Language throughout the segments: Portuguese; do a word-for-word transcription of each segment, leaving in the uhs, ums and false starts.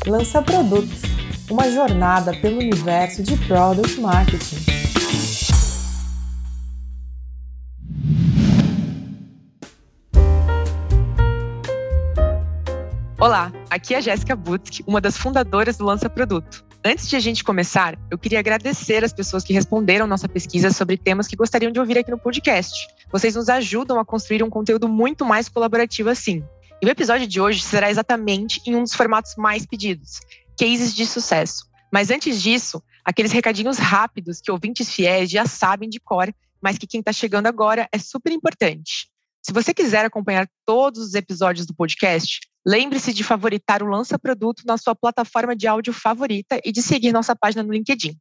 Lança Produto, uma jornada pelo universo de Product Marketing. Olá, aqui é a Jéssica Butk, uma das fundadoras do Lança Produto. Antes de a gente começar, eu queria agradecer as pessoas que responderam nossa pesquisa sobre temas que gostariam de ouvir aqui no podcast. Vocês nos ajudam a construir um conteúdo muito mais colaborativo assim. E o episódio de hoje será exatamente em um dos formatos mais pedidos, cases de sucesso. Mas antes disso, aqueles recadinhos rápidos que ouvintes fiéis já sabem de cor, mas que quem está chegando agora é super importante. Se você quiser acompanhar todos os episódios do podcast, lembre-se de favoritar o Lança Produto na sua plataforma de áudio favorita e de seguir nossa página no LinkedIn.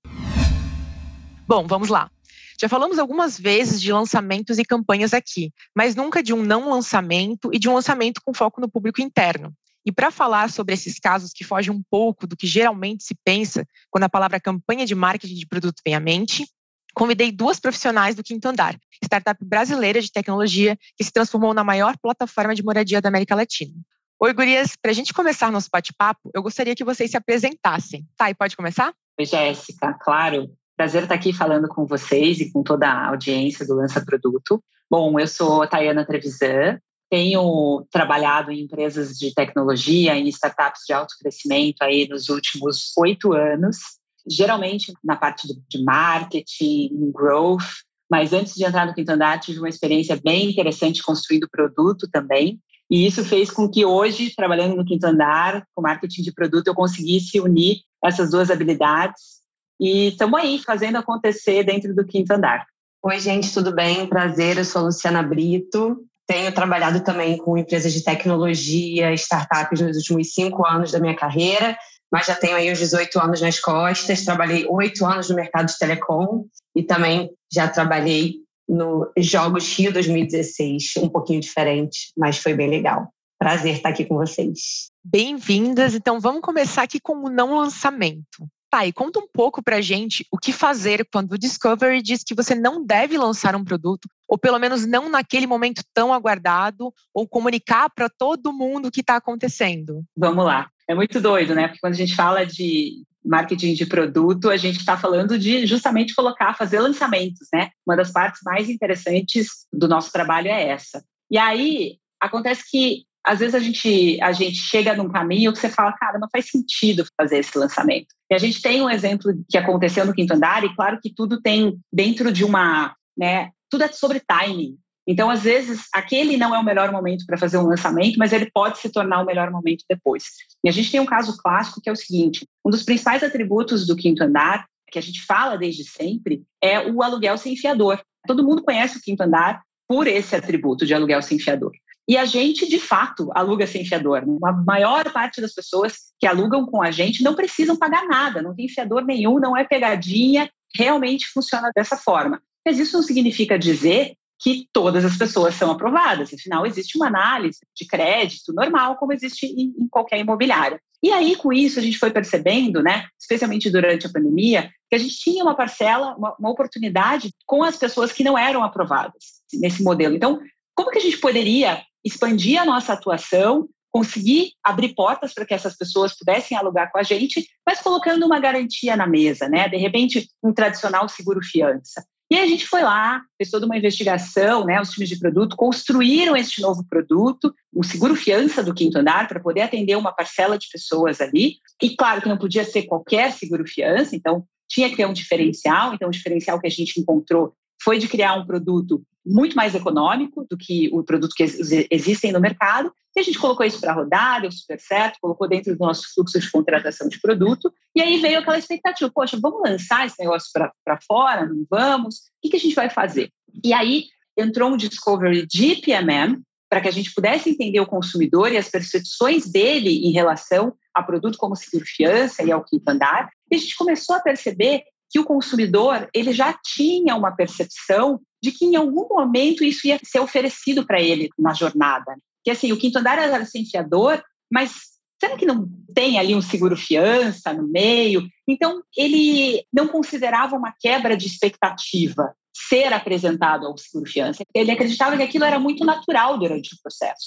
Bom, vamos lá. Já falamos algumas vezes de lançamentos e campanhas aqui, mas nunca de um não lançamento e de um lançamento com foco no público interno. E para falar sobre esses casos que fogem um pouco do que geralmente se pensa quando a palavra campanha de marketing de produto vem à mente, convidei duas profissionais do Quinto Andar, startup brasileira de tecnologia que se transformou na maior plataforma de moradia da América Latina. Oi, gurias, para a gente começar nosso bate-papo, eu gostaria que vocês se apresentassem. Tá, e pode começar? Oi, Jéssica, claro. Prazer estar aqui falando com vocês e com toda a audiência do Lança Produto. Bom, eu sou Tayana Trevisan, tenho trabalhado em empresas de tecnologia, em startups de alto crescimento aí nos últimos oito anos, geralmente na parte de marketing, em growth, mas antes de entrar no Quinto Andar, tive uma experiência bem interessante construindo produto também, e isso fez com que hoje, trabalhando no Quinto Andar, com marketing de produto, eu conseguisse unir essas duas habilidades e estamos aí fazendo acontecer dentro do Quinto Andar. Oi, gente, tudo bem? Prazer, eu sou a Luciana Brito. Tenho trabalhado também com empresas de tecnologia, startups nos últimos cinco anos da minha carreira, mas já tenho aí os dezoito anos nas costas. Trabalhei oito anos no mercado de telecom e também já trabalhei no Jogos Rio dois mil e dezesseis, um pouquinho diferente, mas foi bem legal. Prazer estar aqui com vocês. Bem-vindas. Então, vamos começar aqui com o não lançamento. Tá, e conta um pouco pra gente o que fazer quando o Discovery diz que você não deve lançar um produto, ou pelo menos não naquele momento tão aguardado, ou comunicar para todo mundo o que está acontecendo. Vamos lá. É muito doido, né? Porque quando a gente fala de marketing de produto, a gente está falando de justamente colocar, fazer lançamentos, né? Uma das partes mais interessantes do nosso trabalho é essa. E aí, acontece que às vezes a gente, a gente chega num caminho que você fala, cara, não faz sentido fazer esse lançamento. E a gente tem um exemplo que aconteceu no Quinto Andar, e claro que tudo tem dentro de uma, né, tudo é sobre timing. Então, às vezes, aquele não é o melhor momento para fazer um lançamento, mas ele pode se tornar o melhor momento depois. E a gente tem um caso clássico que é o seguinte, um dos principais atributos do Quinto Andar, que a gente fala desde sempre, é o aluguel sem fiador. Todo mundo conhece o Quinto Andar por esse atributo de aluguel sem fiador. E a gente, de fato, aluga sem fiador. A maior parte das pessoas que alugam com a gente não precisam pagar nada, não tem fiador nenhum, não é pegadinha, realmente funciona dessa forma. Mas isso não significa dizer que todas as pessoas são aprovadas. Afinal, existe uma análise de crédito normal, como existe em, em qualquer imobiliária. E aí, com isso, a gente foi percebendo, né, especialmente durante a pandemia, que a gente tinha uma parcela, uma, uma oportunidade com as pessoas que não eram aprovadas nesse modelo. Então, como que a gente poderia expandir a nossa atuação, conseguir abrir portas para que essas pessoas pudessem alugar com a gente, mas colocando uma garantia na mesa, né? De repente, um tradicional seguro-fiança. E aí a gente foi lá, fez toda uma investigação, né? Os times de produto construíram este novo produto, um seguro-fiança do Quinto Andar, para poder atender uma parcela de pessoas ali. E claro que não podia ser qualquer seguro-fiança, então tinha que ter um diferencial. Então o diferencial que a gente encontrou foi de criar um produto muito mais econômico do que o produto que existem no mercado, e a gente colocou isso para rodar, deu super certo, colocou dentro do nosso fluxo de contratação de produto, e aí veio aquela expectativa, poxa, vamos lançar esse negócio para fora, não vamos? O que, que a gente vai fazer? E aí entrou um Discovery de P M M, para que a gente pudesse entender o consumidor e as percepções dele em relação a produto como seguro-fiança e ao Quinto Andar, e a gente começou a perceber que o consumidor ele já tinha uma percepção de que em algum momento isso ia ser oferecido para ele na jornada. Que assim, o Quinto Andar era sem fiador, mas será que não tem ali um seguro-fiança no meio? Então, ele não considerava uma quebra de expectativa ser apresentado ao seguro-fiança. Ele acreditava que aquilo era muito natural durante o processo.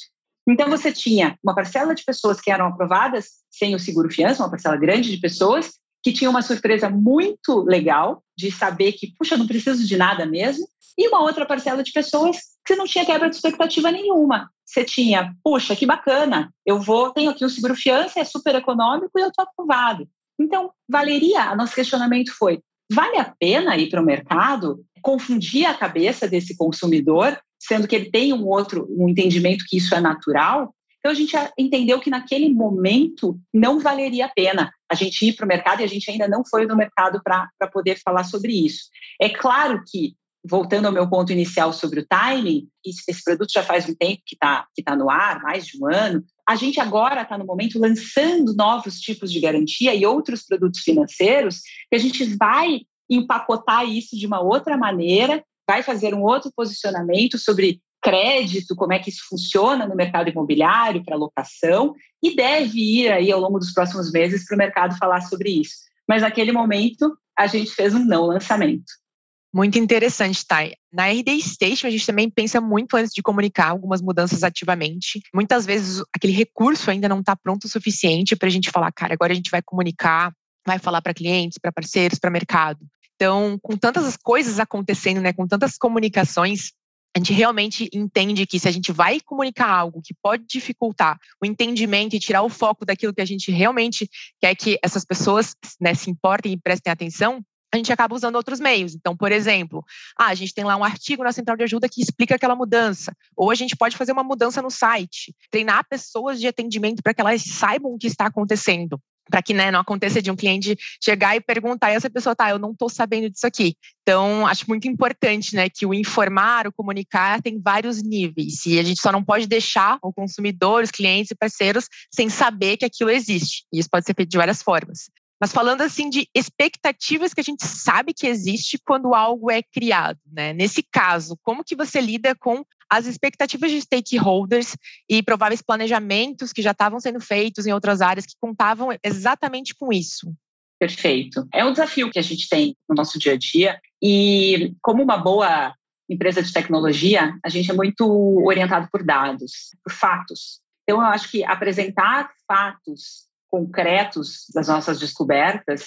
Então, você tinha uma parcela de pessoas que eram aprovadas sem o seguro-fiança, uma parcela grande de pessoas, que tinha uma surpresa muito legal de saber que, puxa, não preciso de nada mesmo, e uma outra parcela de pessoas que você não tinha quebra de expectativa nenhuma. Você tinha, puxa, que bacana, eu vou, tenho aqui o seguro-fiança, é super econômico e eu estou aprovado. Então, valeria, o nosso questionamento foi, vale a pena ir para o mercado, confundir a cabeça desse consumidor, sendo que ele tem um outro, um entendimento que isso é natural? Então, a gente entendeu que naquele momento não valeria a pena a gente ir para o mercado, e a gente ainda não foi no mercado para poder falar sobre isso. É claro que, voltando ao meu ponto inicial sobre o timing, esse produto já faz um tempo que está que tá no ar, mais de um ano, a gente agora está no momento lançando novos tipos de garantia e outros produtos financeiros, que a gente vai empacotar isso de uma outra maneira, vai fazer um outro posicionamento sobre crédito, como é que isso funciona no mercado imobiliário para locação, e deve ir aí ao longo dos próximos meses para o mercado falar sobre isso. Mas naquele momento a gente fez um não lançamento. Muito interessante, Thay. Na R D Station, a gente também pensa muito antes de comunicar algumas mudanças ativamente. Muitas vezes, aquele recurso ainda não está pronto o suficiente para a gente falar, cara, agora a gente vai comunicar, vai falar para clientes, para parceiros, para mercado. Então, com tantas coisas acontecendo, né, com tantas comunicações, a gente realmente entende que se a gente vai comunicar algo que pode dificultar o entendimento e tirar o foco daquilo que a gente realmente quer que essas pessoas, né, se importem e prestem atenção, a gente acaba usando outros meios. Então, por exemplo, ah, a gente tem lá um artigo na central de ajuda que explica aquela mudança. Ou a gente pode fazer uma mudança no site, treinar pessoas de atendimento para que elas saibam o que está acontecendo. Para que, né, não aconteça de um cliente chegar e perguntar, e essa pessoa, tá, eu não estou sabendo disso aqui. Então, acho muito importante, né, que o informar, o comunicar tem vários níveis. E a gente só não pode deixar o consumidor, os clientes e parceiros sem saber que aquilo existe. E isso pode ser feito de várias formas. Mas falando assim de expectativas que a gente sabe que existe quando algo é criado, né? Nesse caso, como que você lida com as expectativas de stakeholders e prováveis planejamentos que já estavam sendo feitos em outras áreas que contavam exatamente com isso? Perfeito. É um desafio que a gente tem no nosso dia a dia e, como uma boa empresa de tecnologia, a gente é muito orientado por dados, por fatos. Então, eu acho que apresentar fatos concretos das nossas descobertas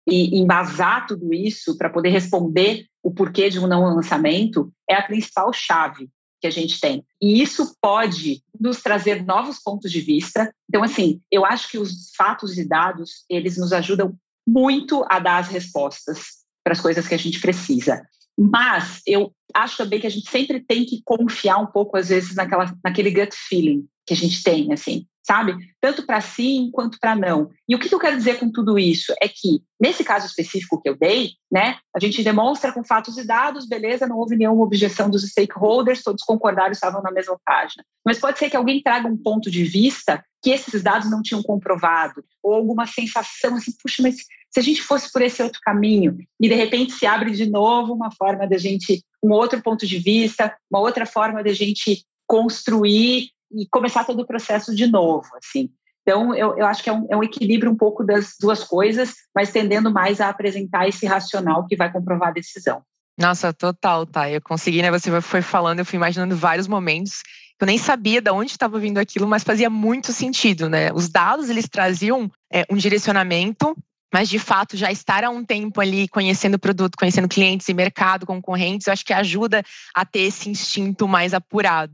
e embasar tudo isso para poder responder o porquê de um não lançamento é a principal chave que a gente tem. E isso pode nos trazer novos pontos de vista. Então, assim, eu acho que os fatos e dados, eles nos ajudam muito a dar as respostas para as coisas que a gente precisa. Mas eu acho também que a gente sempre tem que confiar um pouco, às vezes, naquela, naquele gut feeling que a gente tem, assim, sabe? Tanto para sim quanto para não. E o que eu quero dizer com tudo isso é que, nesse caso específico que eu dei, né, a gente demonstra com fatos e dados, beleza, não houve nenhuma objeção dos stakeholders, todos concordaram, estavam na mesma página. Mas pode ser que alguém traga um ponto de vista que esses dados não tinham comprovado, ou alguma sensação assim, puxa, mas se a gente fosse por esse outro caminho, e de repente se abre de novo uma forma da gente, um outro ponto de vista, uma outra forma da gente construir e começar todo o processo de novo, assim. Então, eu, eu acho que é um, é um equilíbrio um pouco das duas coisas, mas tendendo mais a apresentar esse racional que vai comprovar a decisão. Nossa, total, tá? Eu consegui, né? Você foi falando, eu fui imaginando vários momentos que eu nem sabia de onde estava vindo aquilo, mas fazia muito sentido, né? Os dados, eles traziam é, um direcionamento, mas de fato já estar há um tempo ali conhecendo o produto, conhecendo clientes e mercado, concorrentes, eu acho que ajuda a ter esse instinto mais apurado.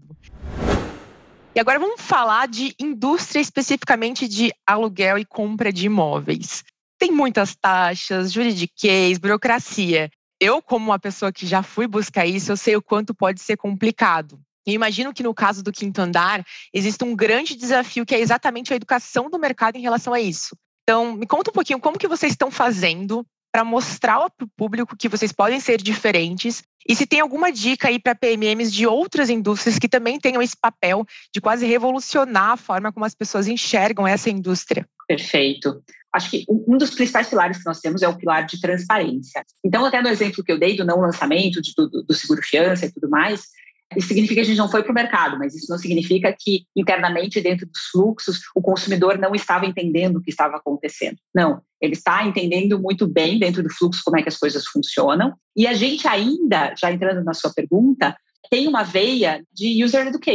E agora vamos falar de indústria, especificamente de aluguel e compra de imóveis. Tem muitas taxas, juridiquês, burocracia. Eu, como uma pessoa que já fui buscar isso, eu sei o quanto pode ser complicado. Eu imagino que no caso do Quinto Andar, existe um grande desafio que é exatamente a educação do mercado em relação a isso. Então, me conta um pouquinho como que vocês estão fazendo para mostrar para o público que vocês podem ser diferentes e se tem alguma dica aí para P M Ms de outras indústrias que também tenham esse papel de quase revolucionar a forma como as pessoas enxergam essa indústria. Perfeito. Acho que um dos principais pilares que nós temos é o pilar de transparência. Então, até no exemplo que eu dei do não lançamento, de, do, do seguro-fiança e tudo mais, isso significa que a gente não foi para o mercado, mas isso não significa que internamente dentro dos fluxos o consumidor não estava entendendo o que estava acontecendo. Não, ele está entendendo muito bem dentro do fluxo como é que as coisas funcionam. E a gente ainda, já entrando na sua pergunta, tem uma veia de user education.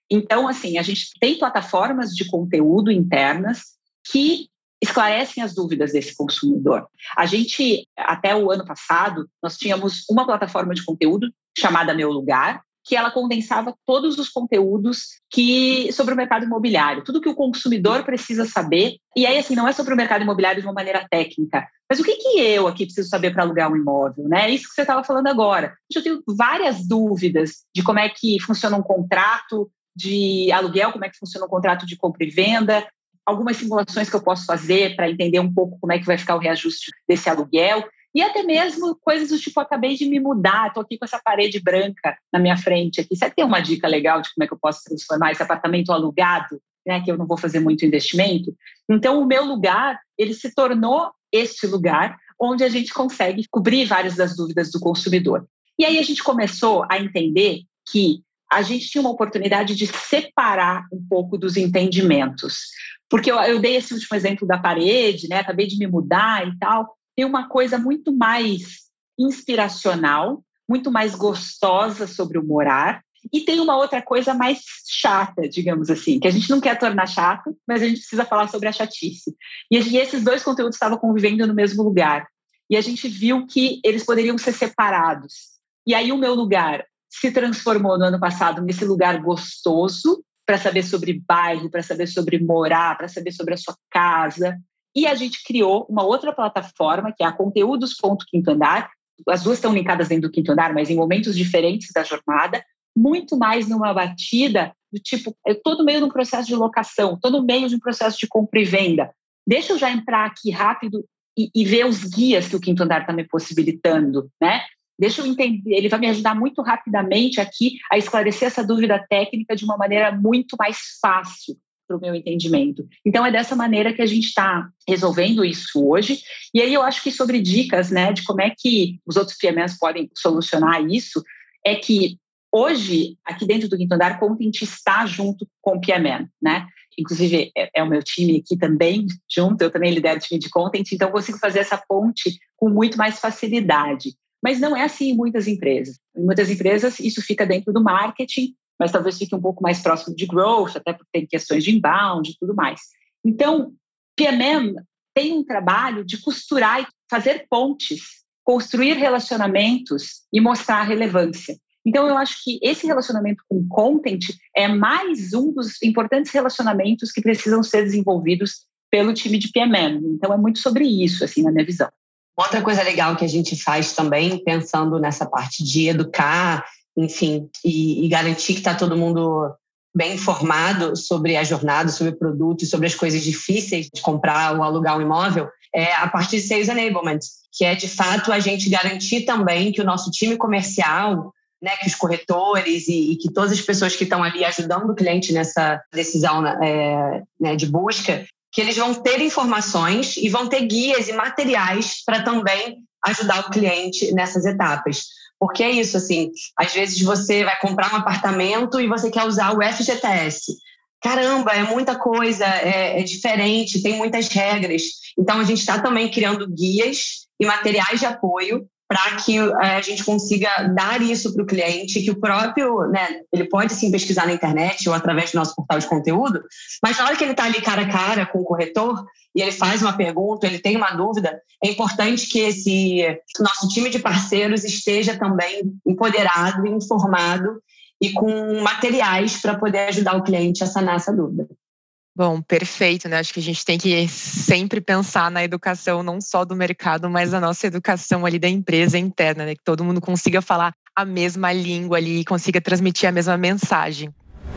Então, assim, a gente tem plataformas de conteúdo internas que esclarecem as dúvidas desse consumidor. A gente, até o ano passado, nós tínhamos uma plataforma de conteúdo chamada Meu Lugar, que ela condensava todos os conteúdos que, sobre o mercado imobiliário, tudo que o consumidor precisa saber. E aí, assim, não é sobre o mercado imobiliário de uma maneira técnica, mas o que, que eu aqui preciso saber para alugar um imóvel, né? É isso que você estava falando agora. Eu tenho várias dúvidas de como é que funciona um contrato de aluguel, como é que funciona um contrato de compra e venda, algumas simulações que eu posso fazer para entender um pouco como é que vai ficar o reajuste desse aluguel. E até mesmo coisas do tipo, acabei de me mudar, estou aqui com essa parede branca na minha frente aqui. Será que tem uma dica legal de como é que eu posso transformar esse apartamento alugado, né, que eu não vou fazer muito investimento? Então, o Meu Lugar, ele se tornou este lugar onde a gente consegue cobrir várias das dúvidas do consumidor. E aí a gente começou a entender que a gente tinha uma oportunidade de separar um pouco dos entendimentos. Porque eu, eu dei esse último exemplo da parede, né, acabei de me mudar e tal. Tem uma coisa muito mais inspiracional, muito mais gostosa sobre o morar, e tem uma outra coisa mais chata, digamos assim, que a gente não quer tornar chato, mas a gente precisa falar sobre a chatice. E esses dois conteúdos estavam convivendo no mesmo lugar. E a gente viu que eles poderiam ser separados. E aí o Meu Lugar se transformou no ano passado nesse lugar gostoso, para saber sobre bairro, para saber sobre morar, para saber sobre a sua casa. E a gente criou uma outra plataforma, que é a Conteúdos ponto Quinto Andar. As duas estão linkadas dentro do Quinto Andar, mas em momentos diferentes da jornada, muito mais numa batida do tipo, eu estou no meio de um processo de locação, estou no meio de um processo de compra e venda. Deixa eu já entrar aqui rápido e, e ver os guias que o Quinto Andar está me possibilitando, né? Deixa eu entender, ele vai me ajudar muito rapidamente aqui a esclarecer essa dúvida técnica de uma maneira muito mais fácil para o meu entendimento. Então, é dessa maneira que a gente está resolvendo isso hoje. E aí eu acho que sobre dicas, né, de como é que os outros P M Es podem solucionar isso, é que hoje, aqui dentro do Quinto Andar, Content está junto com o P M E, né? Inclusive, é, é o meu time aqui também junto, eu também lidero o time de Content, então eu consigo fazer essa ponte com muito mais facilidade. Mas não é assim em muitas empresas. Em muitas empresas, isso fica dentro do marketing, mas talvez fique um pouco mais próximo de growth, até porque tem questões de inbound e tudo mais. Então, P M M tem um trabalho de costurar e fazer pontes, construir relacionamentos e mostrar a relevância. Então, eu acho que esse relacionamento com content é mais um dos importantes relacionamentos que precisam ser desenvolvidos pelo time de P M M. Então, é muito sobre isso, assim, na minha visão. Outra coisa legal que a gente faz também, pensando nessa parte de educar, enfim, e, e garantir que está todo mundo bem informado sobre a jornada, sobre o produto e sobre as coisas difíceis de comprar ou alugar um imóvel, é a parte de Sales Enablement, que é, de fato, a gente garantir também que o nosso time comercial, né, que os corretores e, e que todas as pessoas que estão ali ajudando o cliente nessa decisão é, né, de busca, que eles vão ter informações e vão ter guias e materiais para também ajudar o cliente nessas etapas. Porque é isso, assim, às vezes você vai comprar um apartamento e você quer usar o F G T S. Caramba, é muita coisa, é, é diferente, tem muitas regras. Então, a gente está também criando guias e materiais de apoio para que a gente consiga dar isso para o cliente, que o próprio, né, ele pode sim pesquisar na internet ou através do nosso portal de conteúdo, mas na hora que ele está ali cara a cara com o corretor e ele faz uma pergunta, ele tem uma dúvida, é importante que esse nosso time de parceiros esteja também empoderado, informado e com materiais para poder ajudar o cliente a sanar essa dúvida. Bom, perfeito, né? Acho que a gente tem que sempre pensar na educação, não só do mercado, mas a nossa educação ali da empresa interna, né? Que todo mundo consiga falar a mesma língua ali e consiga transmitir a mesma mensagem.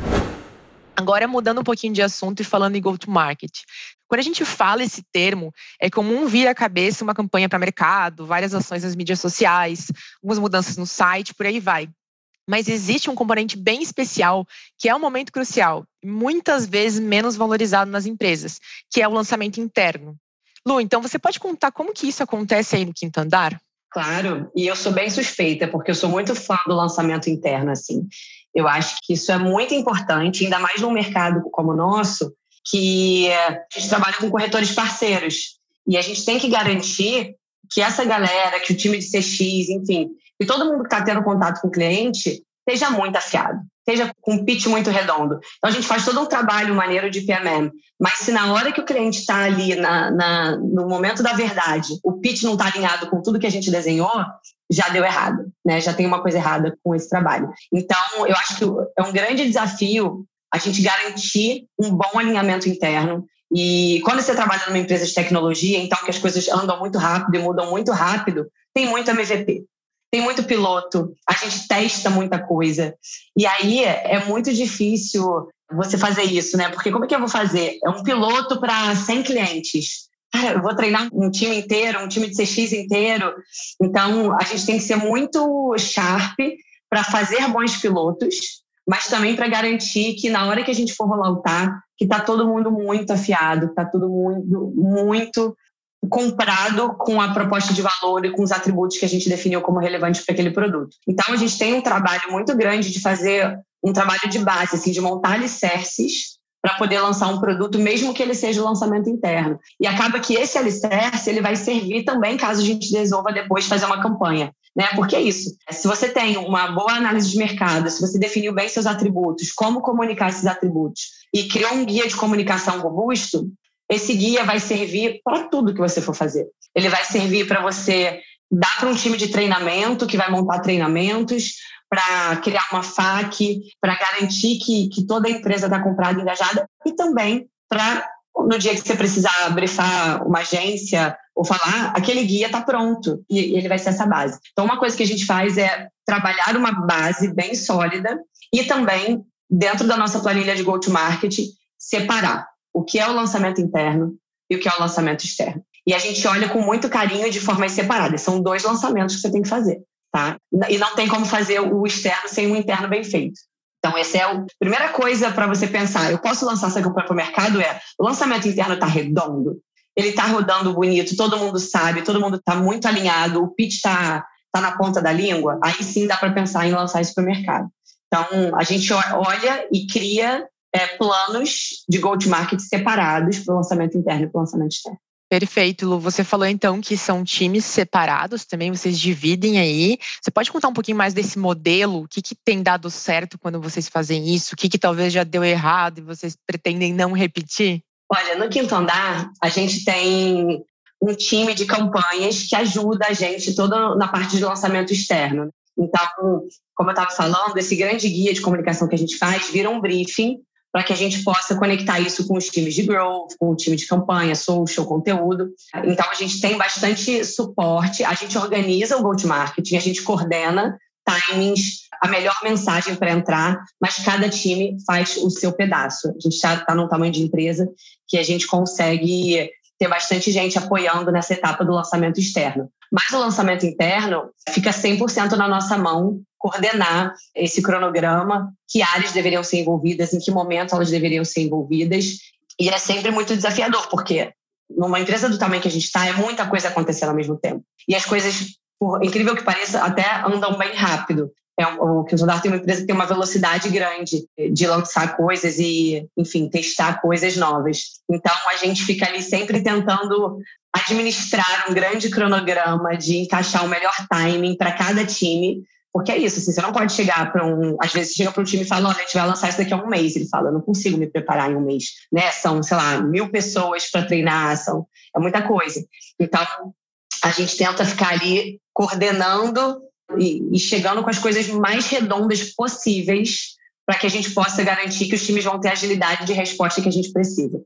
Agora, mudando um pouquinho de assunto e falando em go-to-market. Quando a gente fala esse termo, é comum vir à cabeça uma campanha para mercado, várias ações nas mídias sociais, algumas mudanças no site, por aí vai. Mas existe um componente bem especial, que é um momento crucial, muitas vezes menos valorizado nas empresas, que é o lançamento interno. Lu, então você pode contar como que isso acontece aí no Quinto Andar? Claro, e eu sou bem suspeita, porque eu sou muito fã do lançamento interno, assim. Eu acho que isso é muito importante, ainda mais num mercado como o nosso, que a gente trabalha com corretores parceiros. E a gente tem que garantir que essa galera, que o time de C X, enfim, que todo mundo que está tendo contato com o cliente esteja muito afiado, esteja com um pitch muito redondo. Então, a gente faz todo um trabalho maneiro de P M M. Mas se na hora que o cliente está ali, na, na, no momento da verdade, o pitch não está alinhado com tudo que a gente desenhou, já deu errado, né? Já tem uma coisa errada com esse trabalho. Então, eu acho que é um grande desafio a gente garantir um bom alinhamento interno. E quando você trabalha numa empresa de tecnologia, então que as coisas andam muito rápido e mudam muito rápido, tem muito M V P. Tem muito piloto, a gente testa muita coisa. E aí é muito difícil você fazer isso, né? Porque como é que eu vou fazer? É um piloto para cem clientes. Cara, eu vou treinar um time inteiro, um time de C X inteiro. Então, a gente tem que ser muito sharp para fazer bons pilotos, mas também para garantir que na hora que a gente for voltar, que está todo mundo muito afiado, está todo mundo muito comprado com a proposta de valor e com os atributos que a gente definiu como relevantes para aquele produto. Então, a gente tem um trabalho muito grande de fazer um trabalho de base, assim, de montar alicerces para poder lançar um produto, mesmo que ele seja o lançamento interno. E acaba que esse alicerce ele vai servir também caso a gente resolva depois fazer uma campanha, né? Porque é isso. Se você tem uma boa análise de mercado, se você definiu bem seus atributos, como comunicar esses atributos e criou um guia de comunicação robusto, esse guia vai servir para tudo que você for fazer. Ele vai servir para você dar para um time de treinamento, que vai montar treinamentos, para criar uma F A Q, para garantir que, que toda a empresa está comprada e engajada, e também para, no dia que você precisar brifar uma agência ou falar, aquele guia está pronto e ele vai ser essa base. Então, uma coisa que a gente faz é trabalhar uma base bem sólida e também, dentro da nossa planilha de go-to-market, separar o que é o lançamento interno e o que é o lançamento externo. E a gente olha com muito carinho de formas separadas. São dois lançamentos que você tem que fazer, tá? E não tem como fazer o externo sem o interno bem feito. Então, essa é a primeira coisa para você pensar. Eu posso lançar essa campanha para o mercado? É, o lançamento interno está redondo? Ele está rodando bonito? Todo mundo sabe? Todo mundo está muito alinhado? O pitch está tá na ponta da língua? Aí sim dá para pensar em lançar isso para o mercado. Então, a gente olha e cria É, planos de go-to-market separados para o lançamento interno e para o lançamento externo. Perfeito, Lu. Você falou então que são times separados também, vocês dividem aí. Você pode contar um pouquinho mais desse modelo? O que, que tem dado certo quando vocês fazem isso? O que, que talvez já deu errado e vocês pretendem não repetir? Olha, no Quinto Andar, a gente tem um time de campanhas que ajuda a gente toda na parte de lançamento externo. Então, como eu estava falando, esse grande guia de comunicação que a gente faz vira um briefing para que a gente possa conectar isso com os times de growth, com o time de campanha, social, conteúdo. Então, a gente tem bastante suporte, a gente organiza o go-to-marketing, a gente coordena timings, a melhor mensagem para entrar, mas cada time faz o seu pedaço. A gente já está num tamanho de empresa que a gente consegue ter bastante gente apoiando nessa etapa do lançamento externo. Mas o lançamento interno fica cem por cento na nossa mão, coordenar esse cronograma, que áreas deveriam ser envolvidas, em que momento elas deveriam ser envolvidas. E é sempre muito desafiador, porque numa empresa do tamanho que a gente está, é muita coisa acontecendo ao mesmo tempo. E as coisas, por incrível que pareça, até andam bem rápido. É, o Quinto Andar tem uma empresa que tem uma velocidade grande de lançar coisas e, enfim, testar coisas novas. Então, a gente fica ali sempre tentando administrar um grande cronograma de encaixar o melhor timing para cada time, porque é isso, assim, você não pode chegar para um... Às vezes, você chega para um time e fala, olha, a gente vai lançar isso daqui a um mês. Ele fala, eu não consigo me preparar em um mês, né? São, sei lá, mil pessoas para treinar, são, é muita coisa. Então, a gente tenta ficar ali coordenando e, e chegando com as coisas mais redondas possíveis para que a gente possa garantir que os times vão ter a agilidade de resposta que a gente precisa.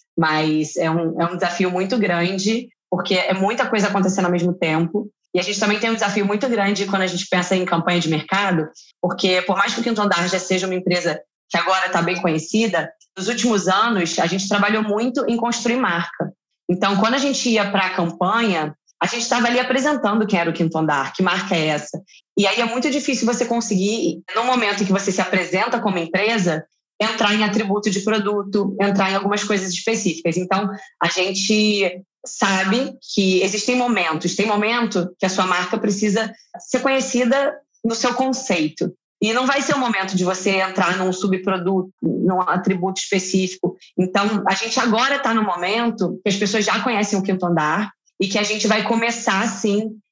Mas é um, é um desafio muito grande, porque é muita coisa acontecendo ao mesmo tempo. E a gente também tem um desafio muito grande quando a gente pensa em campanha de mercado, porque por mais que o Quinto Andar já seja uma empresa que agora está bem conhecida, nos últimos anos a gente trabalhou muito em construir marca. Então, quando a gente ia para a campanha, a gente estava ali apresentando quem era o Quinto Andar, que marca é essa. E aí é muito difícil você conseguir, no momento em que você se apresenta como empresa, entrar em atributo de produto, entrar em algumas coisas específicas. Então, a gente sabe que existem momentos, tem momento que a sua marca precisa ser conhecida no seu conceito. E não vai ser o momento de você entrar num subproduto, num atributo específico. Então, a gente agora está no momento que as pessoas já conhecem o Quinto Andar e que a gente vai começar, sim,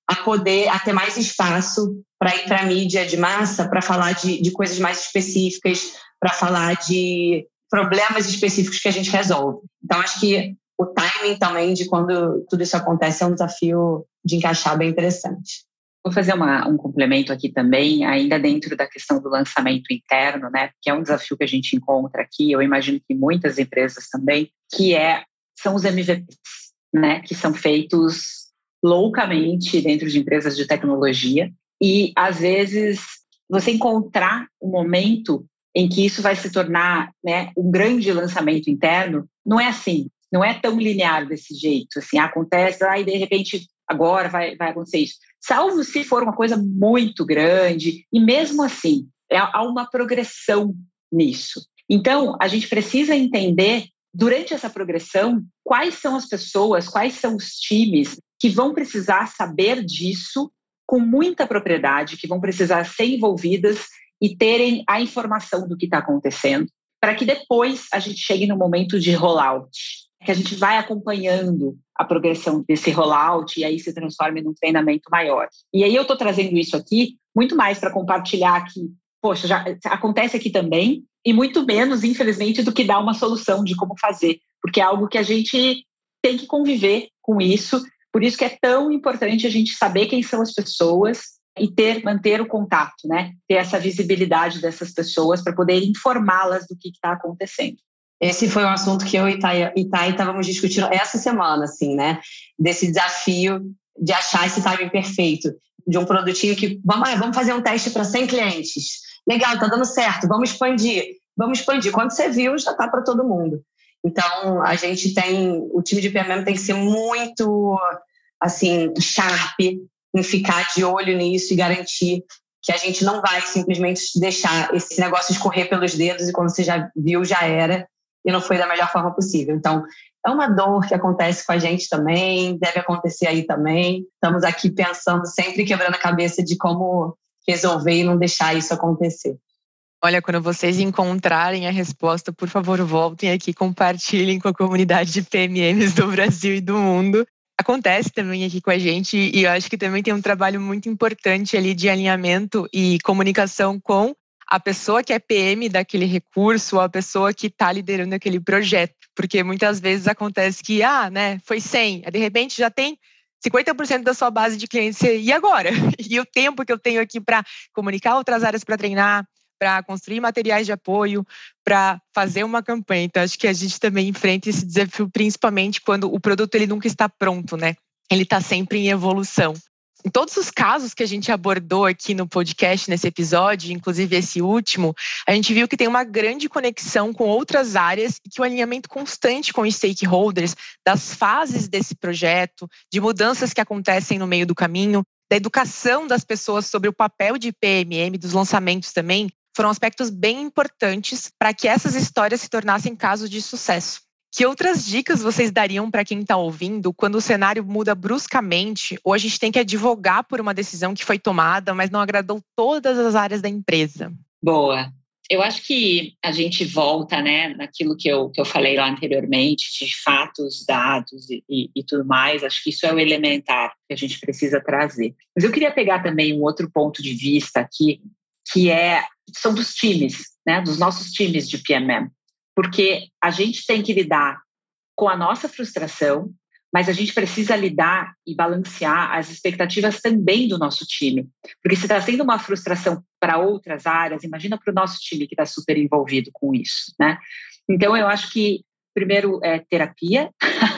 a poder, a ter mais espaço para ir para a mídia de massa, para falar de, de coisas mais específicas, para falar de problemas específicos que a gente resolve. Então, acho que o timing também de quando tudo isso acontece é um desafio de encaixar bem interessante. Vou fazer uma, um complemento aqui também, ainda dentro da questão do lançamento interno, né, que é um desafio que a gente encontra aqui, eu imagino que muitas empresas também, que é, são os M V Ps, né, que são feitos loucamente dentro de empresas de tecnologia e, às vezes, você encontrar um momento em que isso vai se tornar, né, um grande lançamento interno, não é assim, não é tão linear desse jeito, assim, acontece, aí de repente agora vai, vai acontecer isso. Salvo se for uma coisa muito grande, e mesmo assim, há uma progressão nisso. Então, a gente precisa entender, durante essa progressão, quais são as pessoas, quais são os times que vão precisar saber disso com muita propriedade, que vão precisar ser envolvidas e terem a informação do que está acontecendo, para que depois a gente chegue no momento de rollout, que a gente vai acompanhando a progressão desse rollout e aí se transforme num treinamento maior. E aí eu estou trazendo isso aqui muito mais para compartilhar que, poxa, já acontece aqui também, e muito menos, infelizmente, do que dar uma solução de como fazer, porque é algo que a gente tem que conviver com isso, por isso que é tão importante a gente saber quem são as pessoas e ter, manter o contato, né? Ter essa visibilidade dessas pessoas para poder informá-las do que está acontecendo. Esse foi um assunto que eu e Thay estávamos discutindo essa semana, assim, né? Desse desafio de achar esse timing perfeito, de um produtinho que, vamos, vamos fazer um teste para cem clientes. Legal, tá dando certo, vamos expandir. Vamos expandir. Quando você viu, já tá para todo mundo. Então, a gente tem, o time de P M M tem que ser muito, assim, sharp em ficar de olho nisso e garantir que a gente não vai simplesmente deixar esse negócio escorrer pelos dedos e quando você já viu, já era. E não foi da melhor forma possível. Então, é uma dor que acontece com a gente também, deve acontecer aí também. Estamos aqui pensando, sempre quebrando a cabeça de como resolver e não deixar isso acontecer. Olha, quando vocês encontrarem a resposta, por favor, voltem aqui, compartilhem com a comunidade de P M Ms do Brasil e do mundo. Acontece também aqui com a gente e eu acho que também tem um trabalho muito importante ali de alinhamento e comunicação com a pessoa que é P M daquele recurso ou a pessoa que está liderando aquele projeto. Porque muitas vezes acontece que, ah, né, foi cem, de repente já tem cinquenta por cento da sua base de clientes, e agora? E o tempo que eu tenho aqui para comunicar outras áreas para treinar, para construir materiais de apoio, para fazer uma campanha. Então, acho que a gente também enfrenta esse desafio, principalmente quando o produto ele nunca está pronto, né? Ele está sempre em evolução. Em todos os casos que a gente abordou aqui no podcast, nesse episódio, inclusive esse último, a gente viu que tem uma grande conexão com outras áreas e que o alinhamento constante com os stakeholders das fases desse projeto, de mudanças que acontecem no meio do caminho, da educação das pessoas sobre o papel de P M M, dos lançamentos também, foram aspectos bem importantes para que essas histórias se tornassem casos de sucesso. Que outras dicas vocês dariam para quem está ouvindo quando o cenário muda bruscamente ou a gente tem que advogar por uma decisão que foi tomada, mas não agradou todas as áreas da empresa? Boa. Eu acho que a gente volta, né, naquilo que eu, que eu falei lá anteriormente, de fatos, dados e, e, e tudo mais. Acho que isso é o elementar que a gente precisa trazer. Mas eu queria pegar também um outro ponto de vista aqui, que é, são dos times, né, dos nossos times de P M M. Porque a gente tem que lidar com a nossa frustração, mas a gente precisa lidar e balancear as expectativas também do nosso time. Porque se está sendo uma frustração para outras áreas, imagina para o nosso time que está super envolvido com isso, né? Então, eu acho que, primeiro, é terapia.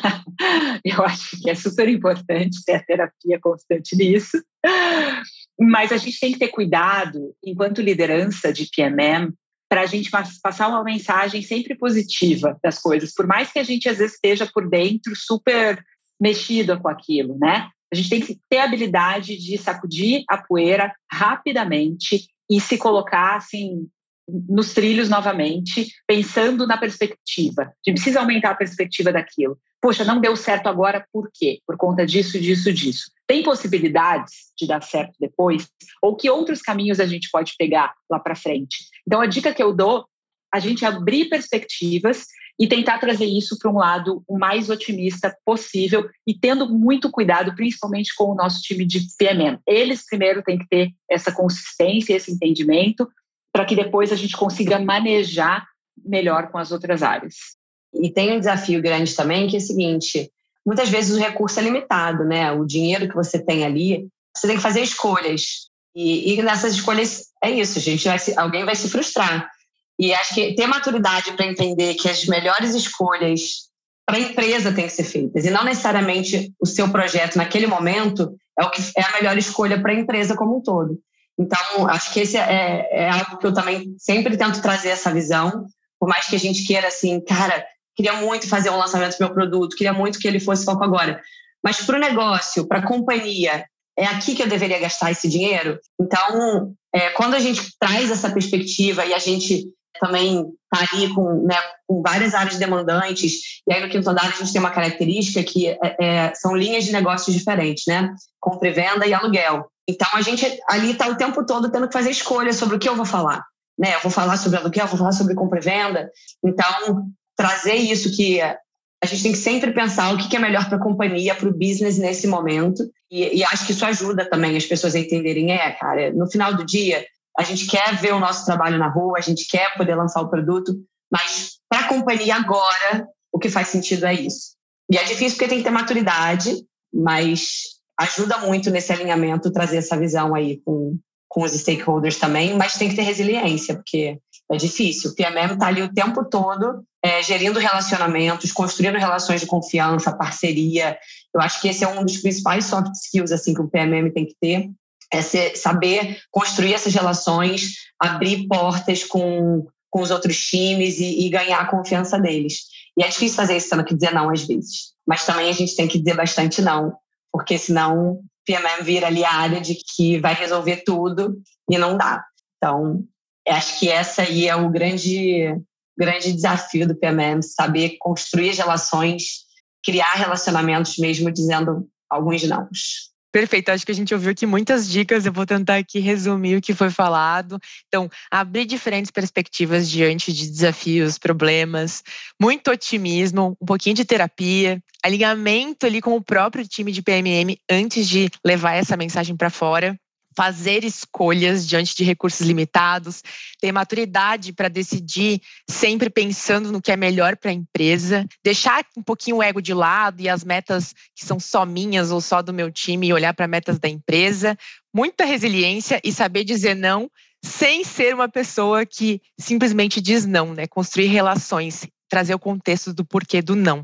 Eu acho que é super importante ter a terapia constante nisso. Mas a gente tem que ter cuidado, enquanto liderança de P M M, para a gente passar uma mensagem sempre positiva das coisas, por mais que a gente às vezes esteja por dentro super mexida com aquilo, né? A gente tem que ter a habilidade de sacudir a poeira rapidamente e se colocar assim nos trilhos novamente, pensando na perspectiva. A gente precisa aumentar a perspectiva daquilo. Poxa, não deu certo agora, por quê? Por conta disso, disso, disso. Tem possibilidades de dar certo depois? Ou que outros caminhos a gente pode pegar lá para frente? Então, a dica que eu dou, a gente abrir perspectivas e tentar trazer isso para um lado o mais otimista possível e tendo muito cuidado, principalmente com o nosso time de P M M. Eles primeiro têm que ter essa consistência, esse entendimento, para que depois a gente consiga manejar melhor com as outras áreas. E tem um desafio grande também, que é o seguinte, muitas vezes o recurso é limitado, né? O dinheiro que você tem ali, você tem que fazer escolhas. E, e nessas escolhas é isso, a gente vai se, alguém vai se frustrar. E acho que ter maturidade para entender que as melhores escolhas para a empresa têm que ser feitas. E não necessariamente o seu projeto naquele momento é, o que, é a melhor escolha para a empresa como um todo. Então, acho que esse é, é algo que eu também sempre tento trazer essa visão. Por mais que a gente queira assim, cara, queria muito fazer um lançamento do meu produto, queria muito que ele fosse foco agora. Mas para o negócio, para a companhia, é aqui que eu deveria gastar esse dinheiro? Então, é, quando a gente traz essa perspectiva e a gente também está ali com, né, com várias áreas demandantes, e aí no quinto andar a gente tem uma característica que é, é, são linhas de negócios diferentes, né? Compra e venda e aluguel. Então, a gente ali está o tempo todo tendo que fazer escolha sobre o que eu vou falar. Né? Eu vou falar sobre aluguel, vou falar sobre compra e venda. Então, trazer isso que a gente tem que sempre pensar o que é melhor para a companhia, para o business nesse momento. E, e acho que isso ajuda também as pessoas a entenderem, é, cara, no final do dia, a gente quer ver o nosso trabalho na rua, a gente quer poder lançar o produto, mas para a companhia agora, o que faz sentido é isso. E é difícil porque tem que ter maturidade, mas ajuda muito nesse alinhamento trazer essa visão aí com, com os stakeholders também, mas tem que ter resiliência, porque é difícil. O P M M está ali o tempo todo é, gerindo relacionamentos, construindo relações de confiança, parceria. Eu acho que esse é um dos principais soft skills assim, que o P M M tem que ter, é ser, saber construir essas relações, abrir portas com, com os outros times e, e ganhar a confiança deles. E é difícil fazer isso, tendo que dizer não às vezes. Mas também a gente tem que dizer bastante não, porque senão o P M M vira ali a área de que vai resolver tudo e não dá. Então, acho que essa aí é o grande, grande desafio do P M M, saber construir as relações, criar relacionamentos mesmo dizendo alguns nãos. Perfeito, acho que a gente ouviu aqui muitas dicas, eu vou tentar aqui resumir o que foi falado. Então, abrir diferentes perspectivas diante de desafios, problemas, muito otimismo, um pouquinho de terapia, alinhamento ali com o próprio time de P M M antes de levar essa mensagem para fora. Fazer escolhas diante de recursos limitados, ter maturidade para decidir sempre pensando no que é melhor para a empresa, deixar um pouquinho o ego de lado e as metas que são só minhas ou só do meu time e olhar para metas da empresa, muita resiliência e saber dizer não sem ser uma pessoa que simplesmente diz não, né? Construir relações, trazer o contexto do porquê do não.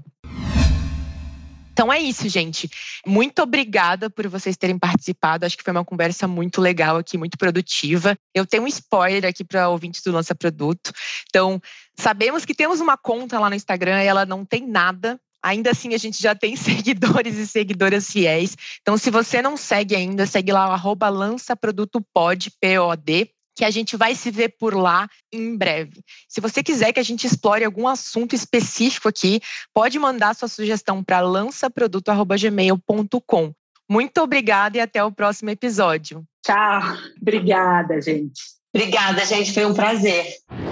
Então é isso, gente. Muito obrigada por vocês terem participado. Acho que foi uma conversa muito legal aqui, muito produtiva. Eu tenho um spoiler aqui para ouvintes do Lança Produto. Então, sabemos que temos uma conta lá no Instagram e ela não tem nada. Ainda assim, a gente já tem seguidores e seguidoras fiéis. Então, se você não segue ainda, segue lá o arroba lançaprodutopod, P O D, que a gente vai se ver por lá em breve. Se você quiser que a gente explore algum assunto específico aqui, pode mandar sua sugestão para lançaproduto arroba gmail ponto com. Muito obrigada e até o próximo episódio. Tchau. Obrigada, gente. Obrigada, gente. Foi um prazer.